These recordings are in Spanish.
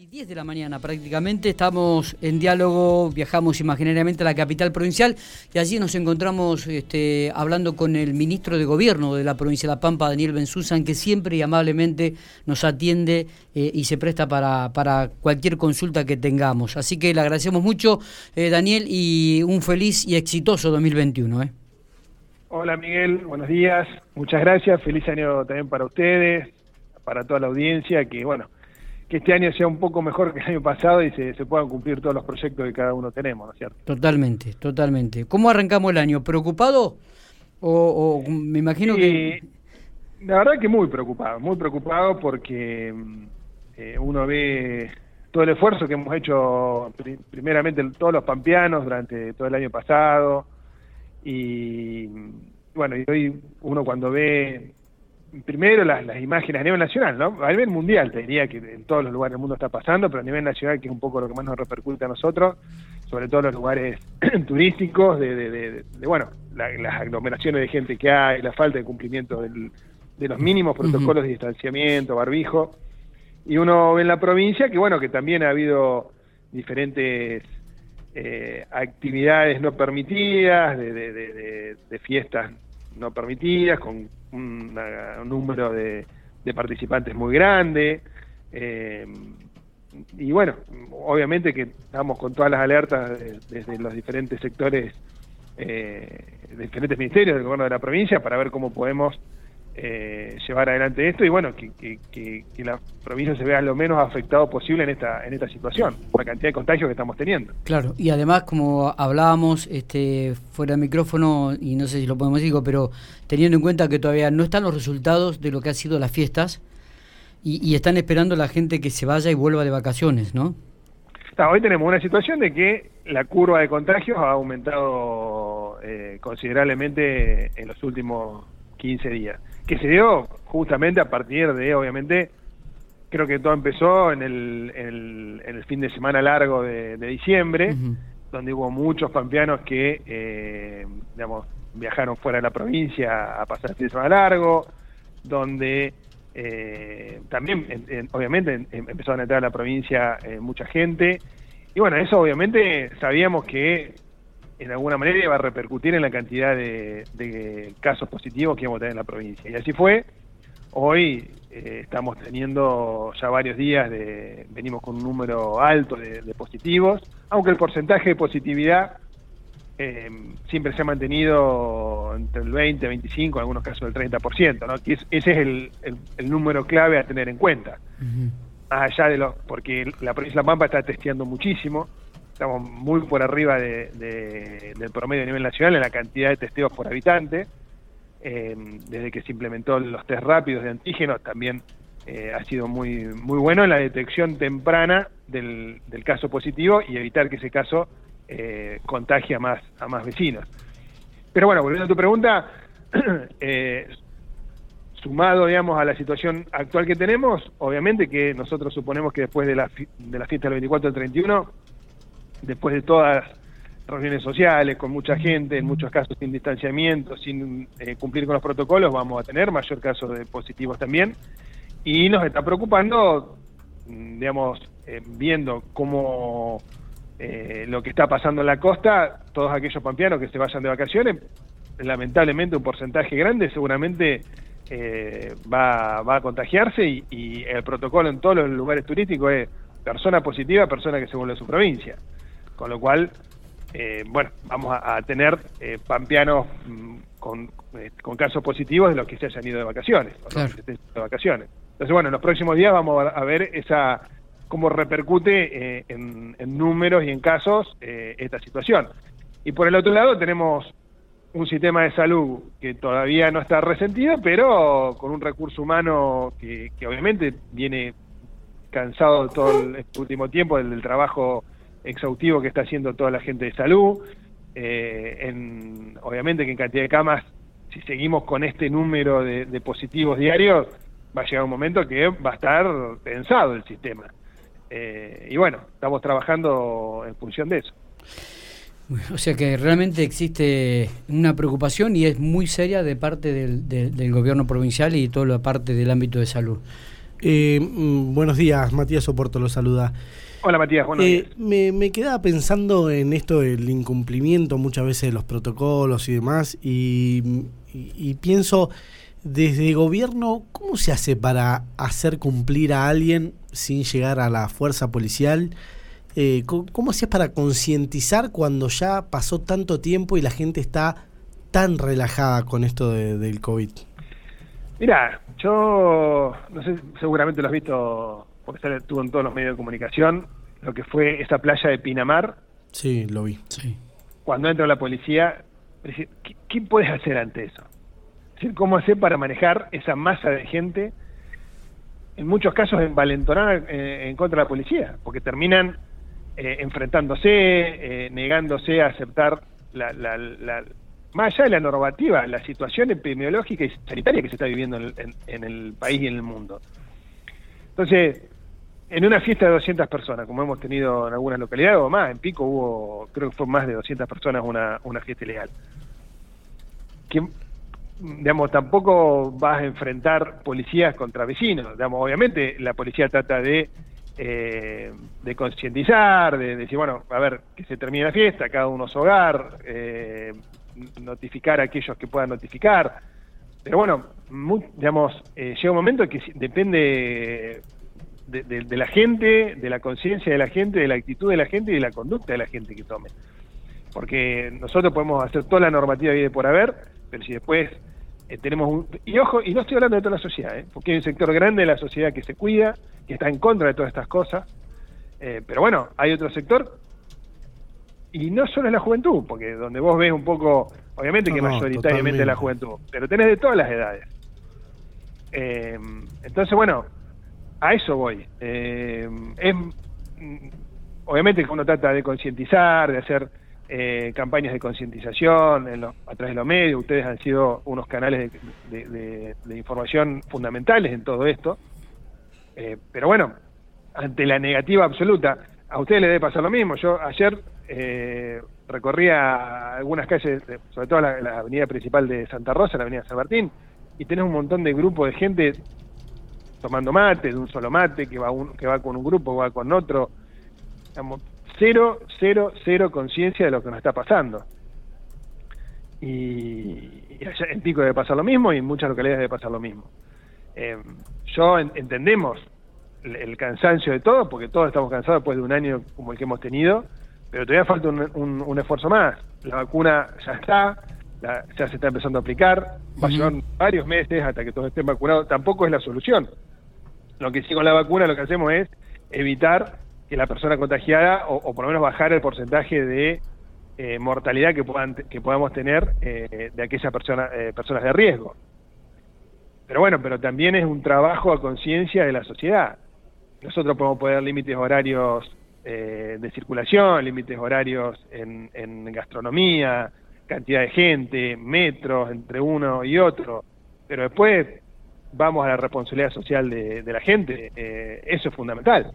10 de la mañana prácticamente, estamos en diálogo, viajamos imaginariamente a la capital provincial y allí nos encontramos hablando con el ministro de Gobierno de la provincia de La Pampa, Daniel Bensusan, que siempre y amablemente nos atiende y se presta para cualquier consulta que tengamos. Así que le agradecemos mucho, Daniel, y un feliz y exitoso 2021. Hola Miguel, buenos días, muchas gracias, feliz año también para ustedes, para toda la audiencia, que este año sea un poco mejor que el año pasado y se puedan cumplir todos los proyectos que cada uno tenemos, ¿no es cierto? Totalmente. ¿Cómo arrancamos el año? ¿Preocupado? O me imagino que... La verdad que muy preocupado porque uno ve todo el esfuerzo que hemos hecho, primeramente todos los pampeanos durante todo el año pasado, y bueno, y hoy uno cuando ve primero las imágenes a nivel nacional, ¿no? A nivel mundial te diría que en todos los lugares del mundo está pasando, pero a nivel nacional, que es un poco lo que más nos repercute a nosotros, sobre todo los lugares turísticos, las aglomeraciones de gente que hay, la falta de cumplimiento de los mínimos protocolos de distanciamiento, barbijo, y uno ve en la provincia que también ha habido diferentes actividades no permitidas, de fiestas no permitidas, con un número de participantes muy grande, y bueno, obviamente que estamos con todas las alertas desde los diferentes sectores, de diferentes ministerios del gobierno de la provincia, para ver cómo podemos llevar adelante esto, y bueno, que la provincia se vea lo menos afectado posible en esta situación, por la cantidad de contagios que estamos teniendo. Claro, y además, como hablábamos fuera de micrófono, y no sé si lo podemos decir, pero teniendo en cuenta que todavía no están los resultados de lo que han sido las fiestas, y están esperando la gente que se vaya y vuelva de vacaciones, ¿no? Hoy tenemos una situación de que la curva de contagios ha aumentado considerablemente en los últimos 15 días, que se dio justamente a partir de, obviamente, creo que todo empezó en el fin de semana largo de diciembre, donde hubo muchos pampeanos que, viajaron fuera de la provincia a pasar el fin de semana largo, donde también, obviamente, empezaron a entrar a la provincia mucha gente, y bueno, eso obviamente sabíamos que en alguna manera iba a repercutir en la cantidad de casos positivos que íbamos a tener en la provincia. Y así fue. Hoy estamos teniendo ya varios días, venimos con un número alto de positivos, aunque el porcentaje de positividad siempre se ha mantenido entre el 20, 25, en algunos casos el 30%, ¿no? Que ese es el número clave a tener en cuenta. Más allá porque la provincia de La Pampa está testeando muchísimo, estamos muy por arriba del promedio a nivel nacional en la cantidad de testeos por habitante. Desde que se implementó los test rápidos de antígenos, también ha sido muy bueno en la detección temprana del caso positivo y evitar que ese caso contagie a más vecinos. Pero bueno, volviendo a tu pregunta, sumado, a la situación actual que tenemos, obviamente que nosotros suponemos que después de la fiesta del 24 al 31, después de todas reuniones sociales, con mucha gente, en muchos casos sin distanciamiento, sin cumplir con los protocolos, vamos a tener mayor caso de positivos también, y nos está preocupando, viendo cómo lo que está pasando en la costa, todos aquellos pampeanos que se vayan de vacaciones, lamentablemente un porcentaje grande seguramente va a contagiarse, y el protocolo en todos los lugares turísticos es persona positiva, persona que se vuelve a su provincia. Con lo cual, vamos a tener pampeanos con casos positivos de los que se hayan ido de vacaciones. Claro. Entonces, en los próximos días vamos a ver cómo repercute en números y en casos esta situación. Y por el otro lado tenemos un sistema de salud que todavía no está resentido, pero con un recurso humano que obviamente viene cansado todo este último tiempo del trabajo exhaustivo que está haciendo toda la gente de salud, obviamente que en cantidad de camas, si seguimos con este número de positivos diarios, va a llegar un momento que va a estar tensado el sistema, y bueno, estamos trabajando en función de eso. O sea que realmente existe una preocupación y es muy seria de parte del gobierno provincial y toda la parte del ámbito de salud. Buenos días, Matías Oporto lo saluda. Hola Matías, buenos días. Me quedaba pensando en esto del incumplimiento muchas veces de los protocolos y demás, y pienso, desde gobierno, ¿cómo se hace para hacer cumplir a alguien sin llegar a la fuerza policial? ¿Cómo se hace para concientizar cuando ya pasó tanto tiempo y la gente está tan relajada con esto del COVID? Mira, yo no sé, seguramente lo has visto porque estuvo en todos los medios de comunicación, lo que fue esa playa de Pinamar. Sí, lo vi. Sí. Cuando entra la policía, ¿qué puedes hacer ante eso? Es decir, ¿cómo hacer para manejar esa masa de gente? En muchos casos envalentonar en contra de la policía, porque terminan enfrentándose, negándose a aceptar más allá de la normativa, la situación epidemiológica y sanitaria que se está viviendo en el país y en el mundo. Entonces, en una fiesta de 200 personas, como hemos tenido en algunas localidades o más, en Pico hubo, creo que fue más de 200 personas una fiesta ilegal. Que, digamos, tampoco vas a enfrentar policías contra vecinos. Digamos, obviamente la policía trata de concientizar, de decir, bueno, a ver, que se termine la fiesta, cada uno a su hogar, notificar a aquellos que puedan notificar. Pero bueno, digamos, llega un momento que depende de la gente, de la conciencia de la gente, de la actitud de la gente y de la conducta de la gente que tome. Porque nosotros podemos hacer toda la normativa de por haber, pero si después tenemos y ojo, y no estoy hablando de toda la sociedad, porque hay un sector grande de la sociedad que se cuida, que está en contra de todas estas cosas, pero bueno, hay otro sector, y no solo es la juventud, porque donde vos ves un poco, obviamente que mayoritariamente es la juventud, pero tenés de todas las edades. Entonces, bueno, a eso voy. Obviamente que uno trata de concientizar, de hacer campañas de concientización a través de los medios. Ustedes han sido unos canales de información fundamentales en todo esto. Pero bueno, ante la negativa absoluta, a ustedes les debe pasar lo mismo. Yo ayer recorría algunas calles, sobre todo la avenida principal de Santa Rosa, la avenida San Martín, y tenés un montón de grupos de gente tomando mate, de un solo mate, que va con un grupo, va con otro. Digamos, cero conciencia de lo que nos está pasando. Y allá en Pico debe pasar lo mismo y en muchas localidades debe pasar lo mismo. Entendemos el cansancio de todos, porque todos estamos cansados después de un año como el que hemos tenido, pero todavía falta un esfuerzo más. La vacuna ya está, ya se está empezando a aplicar, va a llevar varios meses hasta que todos estén vacunados. Tampoco es la solución. Lo que sí, con la vacuna lo que hacemos es evitar que la persona contagiada, o por lo menos bajar el porcentaje de mortalidad que podamos tener de aquellas personas de riesgo. Pero bueno, pero también es un trabajo a conciencia de la sociedad. Nosotros podemos poner límites horarios de circulación, límites horarios en gastronomía, cantidad de gente, metros entre uno y otro, pero después vamos a la responsabilidad social de la gente. Eso es fundamental.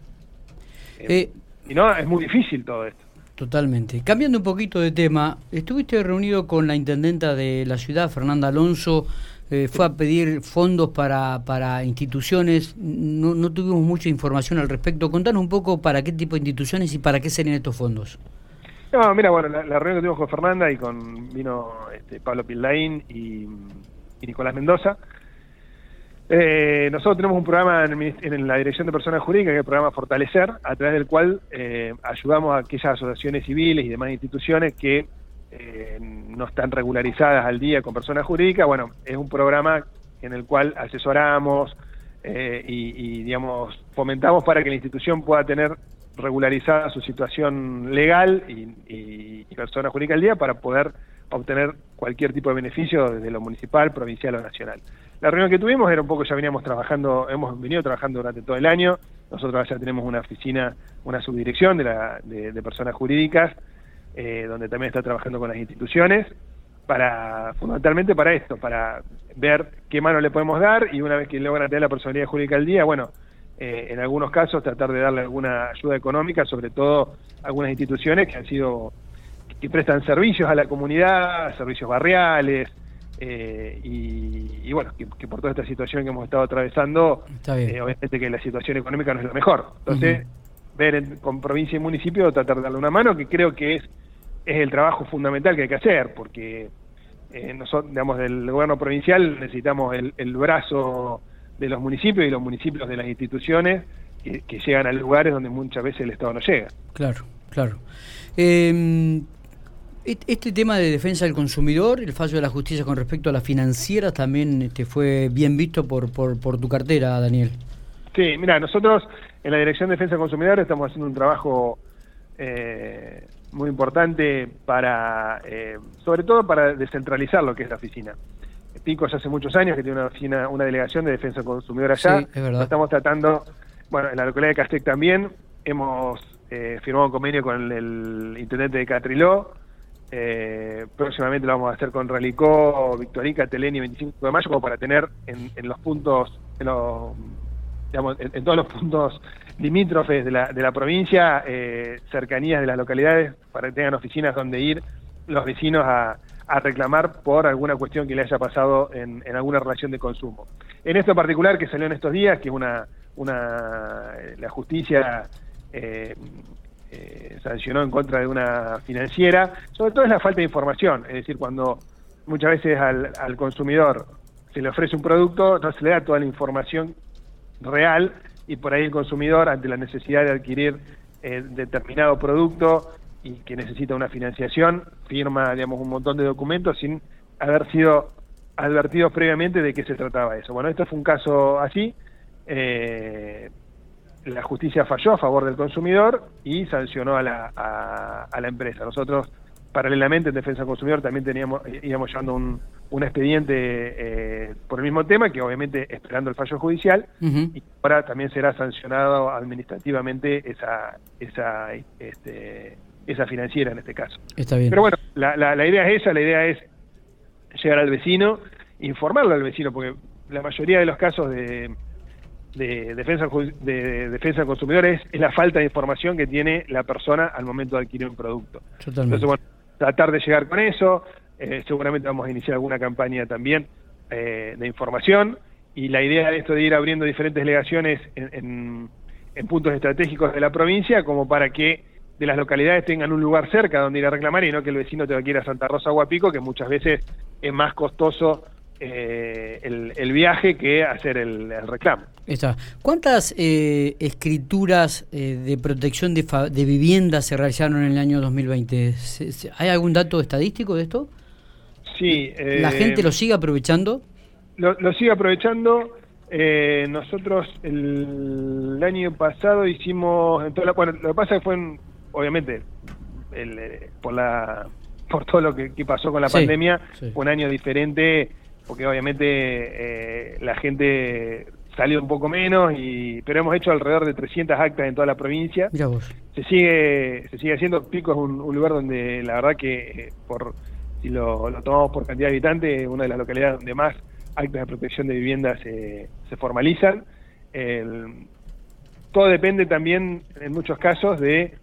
Y no, es muy difícil todo esto. Totalmente. Cambiando un poquito de tema, estuviste reunido con la intendenta de la ciudad, Fernanda Alonso, fue a pedir fondos para instituciones, no tuvimos mucha información al respecto. Contanos un poco para qué tipo de instituciones y para qué serían estos fondos. No, mira, bueno, la reunión que tuvimos con Fernanda y vino Pablo Pildaín y Nicolás Mendoza. Nosotros tenemos un programa en la Dirección de Personas Jurídicas, que es el programa Fortalecer, a través del cual ayudamos a aquellas asociaciones civiles y demás instituciones que no están regularizadas al día con personas jurídicas. Bueno, es un programa en el cual asesoramos y digamos, fomentamos para que la institución pueda tener regularizada su situación legal y persona jurídica al día para poder obtener cualquier tipo de beneficio desde lo municipal, provincial o nacional. La reunión que tuvimos era un poco, ya veníamos trabajando, hemos venido trabajando durante todo el año. Nosotros ya tenemos una oficina, una subdirección de personas jurídicas, donde también está trabajando con las instituciones, fundamentalmente para esto, para ver qué mano le podemos dar, y una vez que logran tener la personalidad jurídica al día, bueno, en algunos casos tratar de darle alguna ayuda económica, sobre todo algunas instituciones que prestan servicios a la comunidad, servicios barriales, y bueno, que por toda esta situación que hemos estado atravesando, obviamente que la situación económica no es la mejor. Entonces, ver con provincia y municipio, tratar de darle una mano, que creo que es el trabajo fundamental que hay que hacer, porque nosotros, digamos, del gobierno provincial necesitamos el brazo de los municipios y los municipios de las instituciones que llegan a lugares donde muchas veces el Estado no llega. Claro, claro. Este tema de defensa del consumidor, el fallo de la justicia con respecto a las financieras, también fue bien visto por tu cartera, Daniel. Sí, mira, nosotros en la Dirección de Defensa del Consumidor estamos haciendo un trabajo muy importante para, sobre todo para descentralizar lo que es la oficina. Pico ya hace muchos años que tiene una delegación de defensa del consumidor allá. Sí, es verdad. Estamos tratando, bueno, en la localidad de Castec también, hemos firmado un convenio con el intendente de Catriló. Próximamente lo vamos a hacer con Ralicó, Victorica, Telén y 25 de mayo, como para tener en los puntos, digamos, en todos los puntos limítrofes de la provincia, cercanías de las localidades, para que tengan oficinas donde ir los vecinos a reclamar por alguna cuestión que le haya pasado en alguna relación de consumo. En esto en particular que salió en estos días, que es la justicia sancionó en contra de una financiera, sobre todo es la falta de información, es decir, cuando muchas veces al consumidor se le ofrece un producto, no se le da toda la información real, y por ahí el consumidor, ante la necesidad de adquirir determinado producto y que necesita una financiación, firma, digamos, un montón de documentos sin haber sido advertidos previamente de qué se trataba eso. Bueno, esto fue un caso así. La justicia falló a favor del consumidor y sancionó a la empresa. Nosotros, paralelamente, en Defensa del Consumidor también íbamos llevando un expediente por el mismo tema, que obviamente esperando el fallo judicial, y ahora también será sancionado administrativamente esa financiera en este caso. Está bien. Pero bueno, la idea es esa, la idea es llegar al vecino, informarlo al vecino, porque la mayoría de los casos de defensa del consumidor es la falta de información que tiene la persona al momento de adquirir un producto. Totalmente. Entonces, bueno, tratar de llegar con eso, seguramente vamos a iniciar alguna campaña también de información, y la idea de esto de ir abriendo diferentes delegaciones en puntos estratégicos de la provincia, como para que de las localidades tengan un lugar cerca donde ir a reclamar, y no que el vecino tenga que ir a Santa Rosa o a Pico, que muchas veces es más costoso el viaje que hacer el reclamo. Está. ¿Cuántas escrituras de protección de viviendas se realizaron en el año 2020? ¿Hay algún dato estadístico de esto? Sí. ¿La gente lo sigue aprovechando? Lo sigue aprovechando. Nosotros el año pasado hicimos... bueno, lo que pasa es que fue, obviamente, por todo lo que pasó con la pandemia, fue un año diferente, porque obviamente la gente salió un poco menos, pero hemos hecho alrededor de 300 actas en toda la provincia. Mirá vos. Se sigue haciendo. Pico es un lugar donde la verdad que si lo tomamos por cantidad de habitantes, es una de las localidades donde más actas de protección de vivienda se formalizan. Todo depende también, en muchos casos, de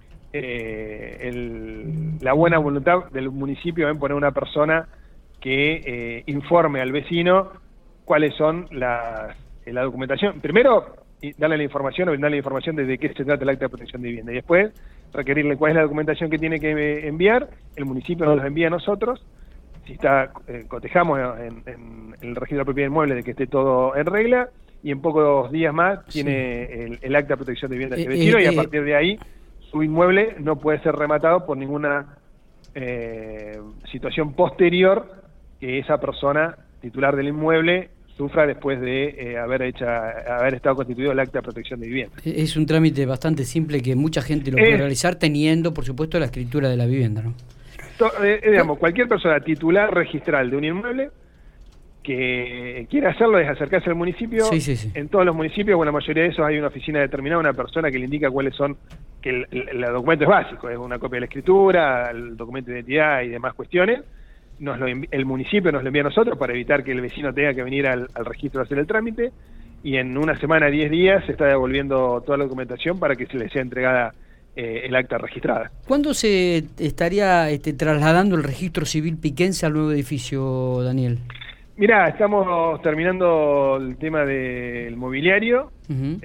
la buena voluntad del municipio en poner una persona que informe al vecino cuáles son la documentación. Primero, darle la información o brindarle la información de qué se trata el acta de protección de vivienda, y después requerirle cuál es la documentación que tiene que enviar. El municipio nos la envía a nosotros. Si cotejamos en el registro de propiedad inmueble de que esté todo en regla, y en pocos días más tiene el acta de protección de vivienda de ese vecino, y a partir de ahí su inmueble no puede ser rematado por ninguna situación posterior que esa persona titular del inmueble sufra después de haber estado constituido el acta de protección de vivienda. Es un trámite bastante simple que mucha gente lo puede realizar teniendo, por supuesto, la escritura de la vivienda, ¿no? Digamos, cualquier persona titular registral de un inmueble que quiera hacerlo es acercarse al municipio. Sí. En todos los municipios, o en la mayoría de esos, hay una oficina determinada, una persona que le indica cuáles son, que el documento es básico, es una copia de la escritura, el documento de identidad y demás cuestiones. El municipio nos lo envía a nosotros para evitar que el vecino tenga que venir al registro a hacer el trámite, y en una semana, 10 días, se está devolviendo toda la documentación para que se le sea entregada el acta registrada. ¿Cuándo se estaría trasladando el registro civil piquense al nuevo edificio, Daniel? Mirá, estamos terminando el tema del mobiliario,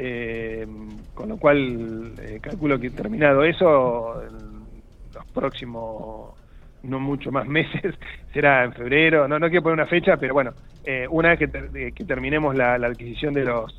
con lo cual calculo que terminado eso, en los próximos, no mucho más meses, será en febrero, no quiero poner una fecha, pero bueno, una vez que terminemos la adquisición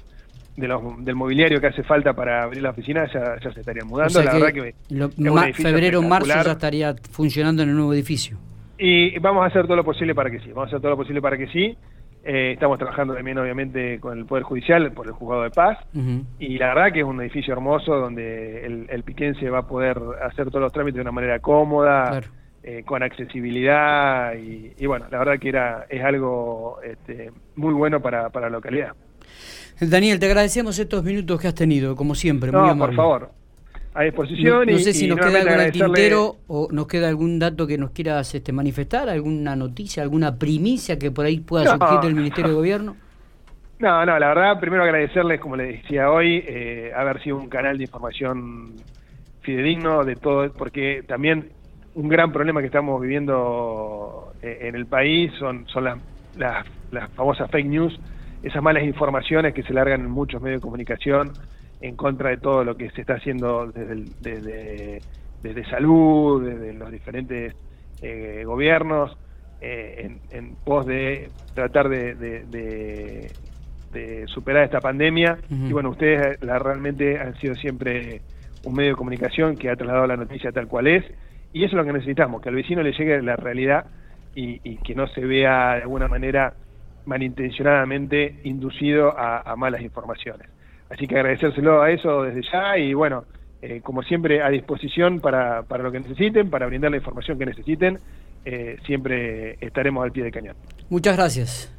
del mobiliario que hace falta para abrir la oficina, ya se estarían mudando. O sea, la verdad que febrero, marzo ya estaría funcionando en el nuevo edificio. Y vamos a hacer todo lo posible para que sí, estamos trabajando también obviamente con el Poder Judicial por el Juzgado de Paz, y la verdad que es un edificio hermoso donde el piquense va a poder hacer todos los trámites de una manera cómoda, claro, con accesibilidad, y bueno, la verdad que es algo muy bueno para la localidad. Daniel, te agradecemos estos minutos que has tenido, como siempre, muy amable. Por favor, a disposición. No sé si nos queda algo en el tintero o nos queda algún dato que nos quieras manifestar, alguna noticia, alguna primicia que por ahí pueda surgir del Ministerio de Gobierno. No, la verdad, primero agradecerles, como les decía hoy, haber sido un canal de información fidedigno de todo, porque también un gran problema que estamos viviendo en el país son las famosas fake news, esas malas informaciones que se largan en muchos medios de comunicación en contra de todo lo que se está haciendo desde salud, desde los diferentes gobiernos, en pos de tratar de superar esta pandemia. Y bueno, ustedes realmente han sido siempre un medio de comunicación que ha trasladado la noticia tal cual es, y eso es lo que necesitamos, que al vecino le llegue la realidad y que no se vea de alguna manera malintencionadamente inducido a malas informaciones. Así que agradecérselo a eso desde ya, y bueno, como siempre a disposición para lo que necesiten, para brindar la información que necesiten, siempre estaremos al pie del cañón. Muchas gracias.